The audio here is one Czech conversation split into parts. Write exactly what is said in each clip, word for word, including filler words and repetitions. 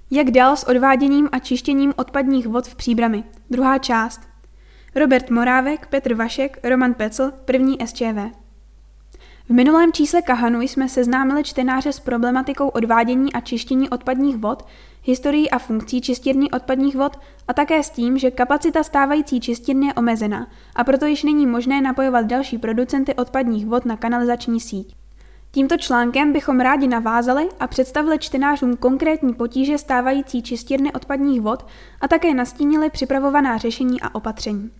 Jak dál s odváděním a čištěním odpadních vod v Příbrami? Druhá část. Robert Morávek, Petr Vašek, Roman Pecl, první S Č V. V minulém čísle Kahanu jsme seznámili čtenáře s problematikou odvádění a čištění odpadních vod, historií a funkcí čistírny odpadních vod a také s tím, že kapacita stávající čistírny je omezená a proto již není možné napojovat další producenty odpadních vod na kanalizační síť. Tímto článkem bychom rádi navázali a představili čtenářům konkrétní potíže stávající čistírny odpadních vod a také nastínili připravovaná řešení a opatření.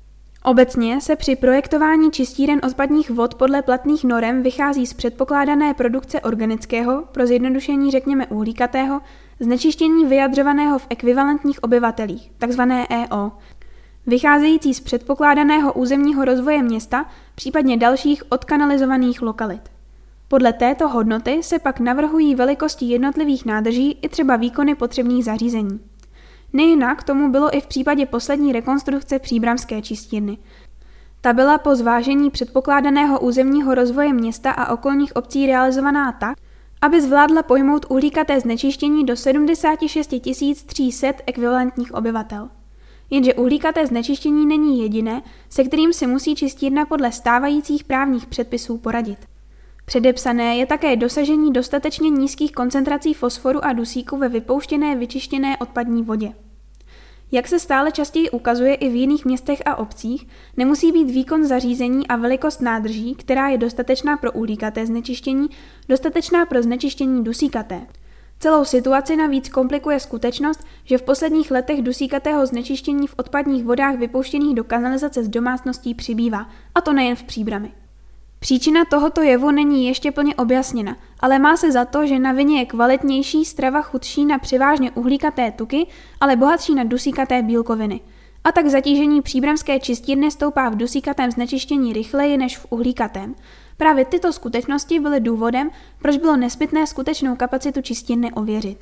Obecně se při projektování čistíren odpadních vod podle platných norem vychází z předpokládané produkce organického, pro zjednodušení řekněme uhlíkatého, znečištění vyjadřovaného v ekvivalentních obyvatelích, takzvané E O, vycházející z předpokládaného územního rozvoje města, případně dalších odkanalizovaných lokalit. Podle této hodnoty se pak navrhují velikosti jednotlivých nádrží i třeba výkony potřebných zařízení. Nejinak tomu bylo i v případě poslední rekonstrukce příbramské čistírny. Ta byla po zvážení předpokládaného územního rozvoje města a okolních obcí realizovaná tak, aby zvládla pojmout uhlíkaté znečištění do sedmdesát šest tisíc tři sta ekvivalentních obyvatel. Jenže uhlíkaté znečištění není jediné, se kterým si musí čistírna podle stávajících právních předpisů poradit. Předepsané je také dosažení dostatečně nízkých koncentrací fosforu a dusíku ve vypouštěné vyčištěné odpadní vodě. Jak se stále častěji ukazuje i v jiných městech a obcích, nemusí být výkon zařízení a velikost nádrží, která je dostatečná pro uhlíkaté znečištění, dostatečná pro znečištění dusíkaté. Celou situaci navíc komplikuje skutečnost, že v posledních letech dusíkatého znečištění v odpadních vodách vypouštěných do kanalizace z domácností přibývá, a to nejen v Příbrami. Příčina tohoto jevu není ještě plně objasněna, ale má se za to, že na vině je kvalitnější strava chudší na převážně uhlíkaté tuky, ale bohatší na dusíkaté bílkoviny. A tak zatížení příbramské čistírny stoupá v dusíkatém znečištění rychleji než v uhlíkatém. Právě tyto skutečnosti byly důvodem, proč bylo nezbytné skutečnou kapacitu čistírny ověřit.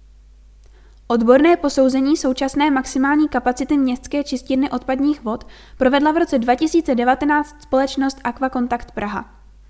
Odborné posouzení současné maximální kapacity městské čistírny odpadních vod provedla v roce dva tisíce devatenáct společnost Aquakontakt Praha.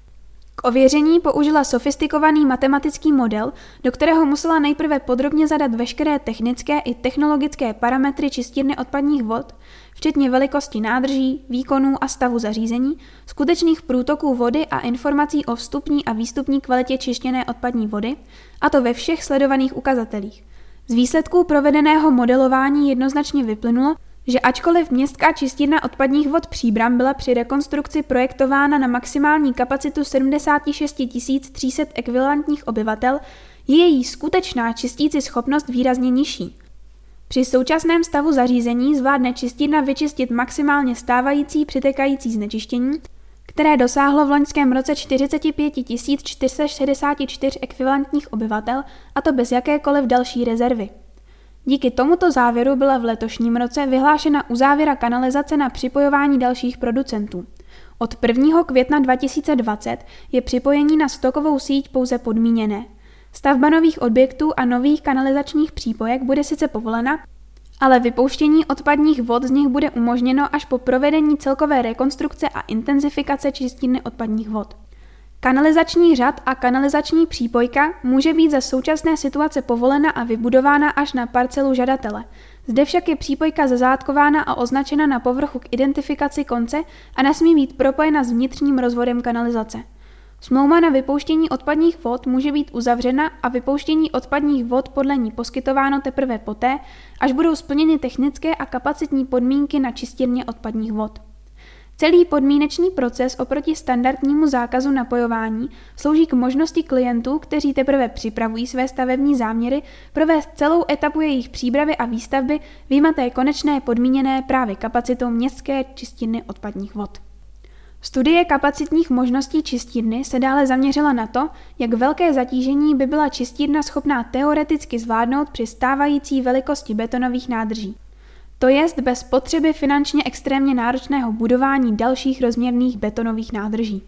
K ověření použila sofistikovaný matematický model, do kterého musela nejprve podrobně zadat veškeré technické i technologické parametry čistírny odpadních vod, včetně velikosti nádrží, výkonů a stavu zařízení, skutečných průtoků vody a informací o vstupní a výstupní kvalitě čištěné odpadní vody, a to ve všech sledovaných ukazatelích. Z výsledků provedeného modelování jednoznačně vyplynulo, že ačkoliv městská čistírna odpadních vod Příbram byla při rekonstrukci projektována na maximální kapacitu sedmdesát šest tisíc tři sta ekvivalentních obyvatel, je její skutečná čistící schopnost výrazně nižší. Při současném stavu zařízení zvládne čistírna vyčistit maximálně stávající přitékající znečištění, které dosáhlo v loňském roce čtyřicet pět tisíc čtyři sta šedesát čtyři ekvivalentních obyvatel, a to bez jakékoliv další rezervy. Díky tomuto závěru byla v letošním roce vyhlášena uzávěra kanalizace na připojování dalších producentů. Od prvního května dva tisíce dvacet je připojení na stokovou síť pouze podmíněné. Stavba nových objektů a nových kanalizačních přípojek bude sice povolena, ale vypouštění odpadních vod z nich bude umožněno až po provedení celkové rekonstrukce a intenzifikace čistírny odpadních vod. Kanalizační řad a kanalizační přípojka může být za současné situace povolena a vybudována až na parcelu žadatele. Zde však je přípojka zazátkována a označena na povrchu k identifikaci konce a nesmí být propojena s vnitřním rozvodem kanalizace. Smlouva na vypouštění odpadních vod může být uzavřena a vypouštění odpadních vod podle ní poskytováno teprve poté, až budou splněny technické a kapacitní podmínky na čistírně odpadních vod. Celý podmínečný proces oproti standardnímu zákazu napojování slouží k možnosti klientů, kteří teprve připravují své stavební záměry, provést celou etapu jejich přípravy a výstavby vyjmaté konečné podmíněné právě kapacitou městské čistírny odpadních vod. Studie kapacitních možností čistírny se dále zaměřila na to, jak velké zatížení by byla čistírna schopná teoreticky zvládnout při stávající velikosti betonových nádrží. To jest bez potřeby finančně extrémně náročného budování dalších rozměrných betonových nádrží.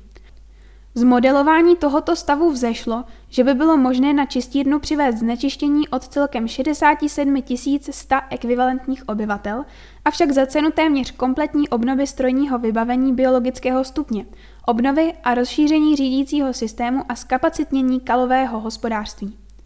Z modelování tohoto stavu vzešlo, že by bylo možné na čistírnu přivést znečištění od celkem šedesát sedm tisíc sto ekvivalentních obyvatel, avšak za cenu téměř kompletní obnovy strojního vybavení biologického stupně, obnovy a rozšíření řídícího systému a zkapacitnění kalového hospodářství.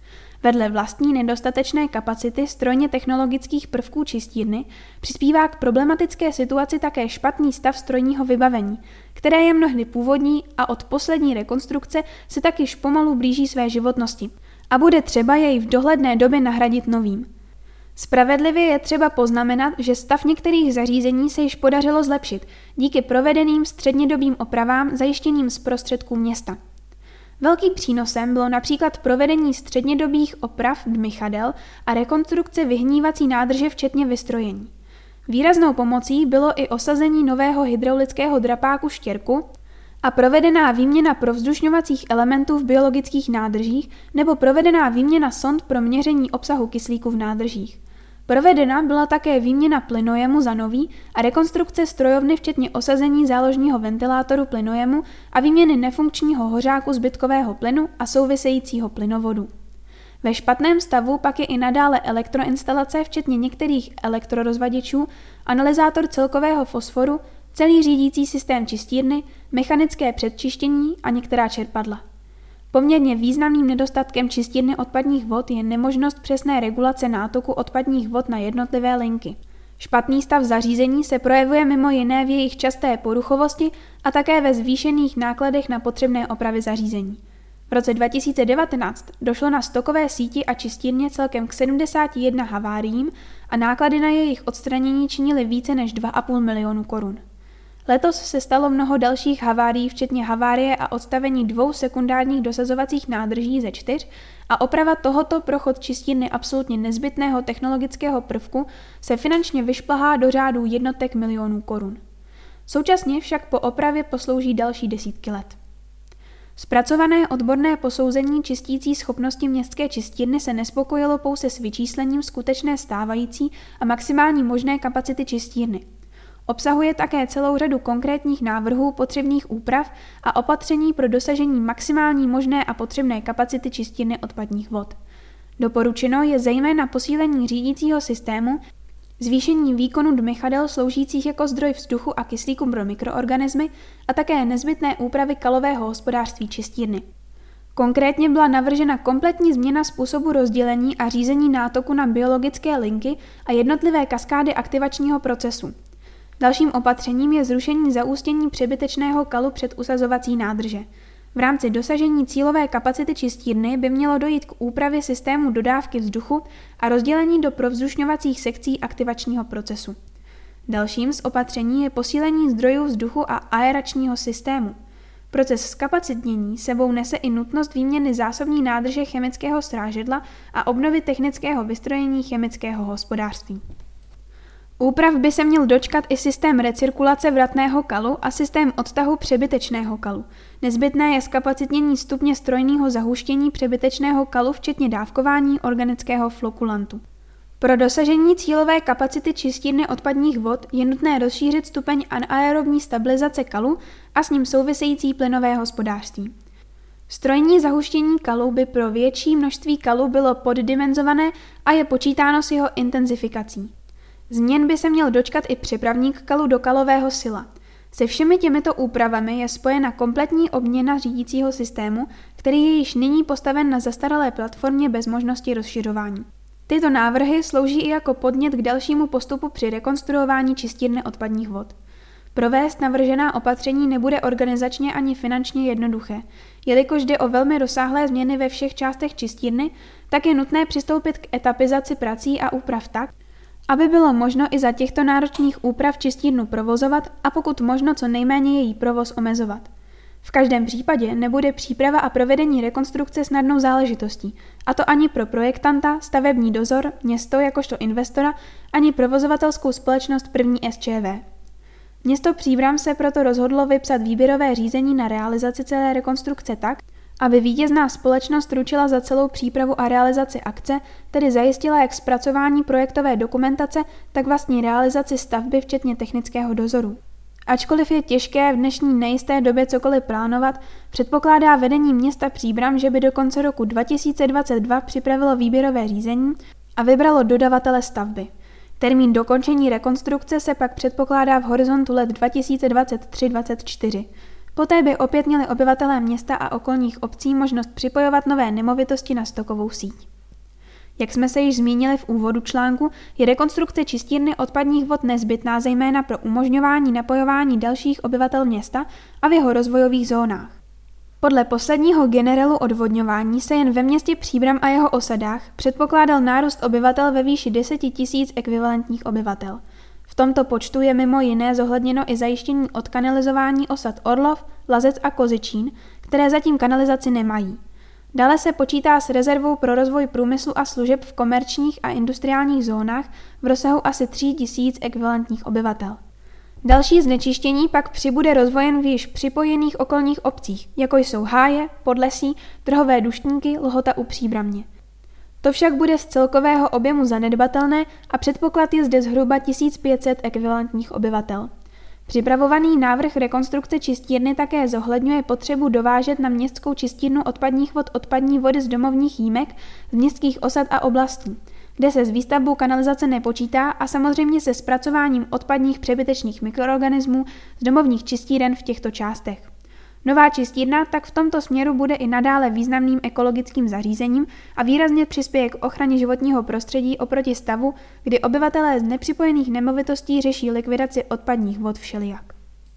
Vedle vlastní nedostatečné kapacity strojně technologických prvků čistírny přispívá k problematické situaci také špatný stav strojního vybavení, které je mnohdy původní a od poslední rekonstrukce se tak již pomalu blíží své životnosti a bude třeba jej v dohledné době nahradit novým. Spravedlivě je třeba poznamenat, že stav některých zařízení se již podařilo zlepšit díky provedeným střednědobým opravám zajištěným z prostředků města. Velkým přínosem bylo například provedení střednědobých oprav dmychadel a rekonstrukce vyhnívací nádrže včetně vystrojení. Výraznou pomocí bylo i osazení nového hydraulického drapáku štěrku a provedená výměna provzdušňovacích elementů v biologických nádržích nebo provedená výměna sond pro měření obsahu kyslíku v nádržích. Provedena byla také výměna plynojemu za nový a rekonstrukce strojovny včetně osazení záložního ventilátoru plynojemu a výměny nefunkčního hořáku zbytkového plynu a souvisejícího plynovodu. Ve špatném stavu pak je i nadále elektroinstalace včetně některých elektrorozvaděčů, analyzátor celkového fosforu, celý řídící systém čistírny, mechanické předčištění a některá čerpadla. Poměrně významným nedostatkem čistírny odpadních vod je nemožnost přesné regulace nátoku odpadních vod na jednotlivé linky. Špatný stav zařízení se projevuje mimo jiné v jejich časté poruchovosti a také ve zvýšených nákladech na potřebné opravy zařízení. V roce dva tisíce devatenáct došlo na stokové síti a čistírně celkem k sedmdesáti jedné haváriím a náklady na jejich odstranění činily více než dva a půl milionu korun. Letos se stalo mnoho dalších havárií, včetně havárie a odstavení dvou sekundárních dosazovacích nádrží ze čtyř a oprava tohoto pro chod čistírny absolutně nezbytného technologického prvku se finančně vyšplhá do řádu jednotek milionů korun. Současně však po opravě poslouží další desítky let. Zpracované odborné posouzení čistící schopnosti městské čistírny se nespokojilo pouze s vyčíslením skutečné stávající a maximální možné kapacity čistírny. Obsahuje také celou řadu konkrétních návrhů potřebných úprav a opatření pro dosažení maximální možné a potřebné kapacity čistírny odpadních vod. Doporučeno je zejména posílení řídícího systému, zvýšení výkonu dmychadel sloužících jako zdroj vzduchu a kyslíku pro mikroorganismy a také nezbytné úpravy kalového hospodářství čistírny. Konkrétně byla navržena kompletní změna způsobu rozdělení a řízení nátoku na biologické linky a jednotlivé kaskády aktivačního procesu. Dalším opatřením je zrušení zaústění přebytečného kalu před usazovací nádrže. V rámci dosažení cílové kapacity čistírny by mělo dojít k úpravě systému dodávky vzduchu a rozdělení do provzdušňovacích sekcí aktivačního procesu. Dalším z opatření je posílení zdrojů vzduchu a aeračního systému. Proces zkapacitnění sebou nese i nutnost výměny zásobní nádrže chemického srážedla a obnovy technického vystrojení chemického hospodářství. Úprav by se měl dočkat i systém recirkulace vratného kalu a systém odtahu přebytečného kalu. Nezbytné je zkapacitnění stupně strojního zahuštění přebytečného kalu včetně dávkování organického flokulantu. Pro dosažení cílové kapacity čistírny odpadních vod je nutné rozšířit stupeň anaerobní stabilizace kalu a s ním související plynové hospodářství. Strojní zahuštění kalu by pro větší množství kalu bylo poddimenzované a je počítáno s jeho intenzifikací. Změn by se měl dočkat i přepravník kalu do kalového sila. Se všemi těmito úpravami je spojena kompletní obměna řídícího systému, který je již nyní postaven na zastaralé platformě bez možnosti rozšiřování. Tyto návrhy slouží i jako podnět k dalšímu postupu při rekonstruování čistírny odpadních vod. Provést navržená opatření nebude organizačně ani finančně jednoduché. Jelikož jde o velmi rozsáhlé změny ve všech částech čistírny, tak je nutné přistoupit k etapizaci prací a úprav tak, aby bylo možno i za těchto náročných úprav čistírnu provozovat a pokud možno co nejméně její provoz omezovat. V každém případě nebude příprava a provedení rekonstrukce snadnou záležitostí, a to ani pro projektanta, stavební dozor, město jakožto investora, ani provozovatelskou společnost první S Č V. Město Příbram se proto rozhodlo vypsat výběrové řízení na realizaci celé rekonstrukce tak, aby vítězná společnost ručila za celou přípravu a realizaci akce, tedy zajistila jak zpracování projektové dokumentace, tak vlastní realizaci stavby včetně technického dozoru. Ačkoliv je těžké v dnešní nejisté době cokoliv plánovat, předpokládá vedení města Příbram, že by do konce roku dva tisíce dvacet dva připravilo výběrové řízení a vybralo dodavatele stavby. Termín dokončení rekonstrukce se pak předpokládá v horizontu let dva tisíce dvacet tři až dvacet čtyři. Poté by opět měli obyvatelé města a okolních obcí možnost připojovat nové nemovitosti na stokovou síť. Jak jsme se již zmínili v úvodu článku, je rekonstrukce čistírny odpadních vod nezbytná zejména pro umožňování napojování dalších obyvatel města a v jeho rozvojových zónách. Podle posledního generelu odvodňování se jen ve městě Příbram a jeho osadách předpokládal nárůst obyvatel ve výši deset tisíc ekvivalentních obyvatel. V tomto počtu je mimo jiné zohledněno i zajištění odkanalizování osad Orlov, Lazec a Kozičín, které zatím kanalizaci nemají. Dále se počítá s rezervou pro rozvoj průmyslu a služeb v komerčních a industriálních zónách v rozsahu asi tři tisíce ekvivalentních obyvatel. Další znečištění pak přibude rozvojen v již připojených okolních obcích, jako jsou Háje, Podlesí, Trhové Duštníky, Lhota u Příbramě. To však bude z celkového objemu zanedbatelné a předpoklad je zde zhruba tisíc pět set ekvivalentních obyvatel. Připravovaný návrh rekonstrukce čistírny také zohledňuje potřebu dovážet na městskou čistírnu odpadních vod odpadní vody z domovních jímek, z městských osad a oblastí, kde se s výstavbou kanalizace nepočítá a samozřejmě se zpracováním odpadních přebytečných mikroorganismů z domovních čistíren v těchto částech. Nová čistírna tak v tomto směru bude i nadále významným ekologickým zařízením a výrazně přispěje k ochraně životního prostředí oproti stavu, kdy obyvatelé z nepřipojených nemovitostí řeší likvidaci odpadních vod všelijak.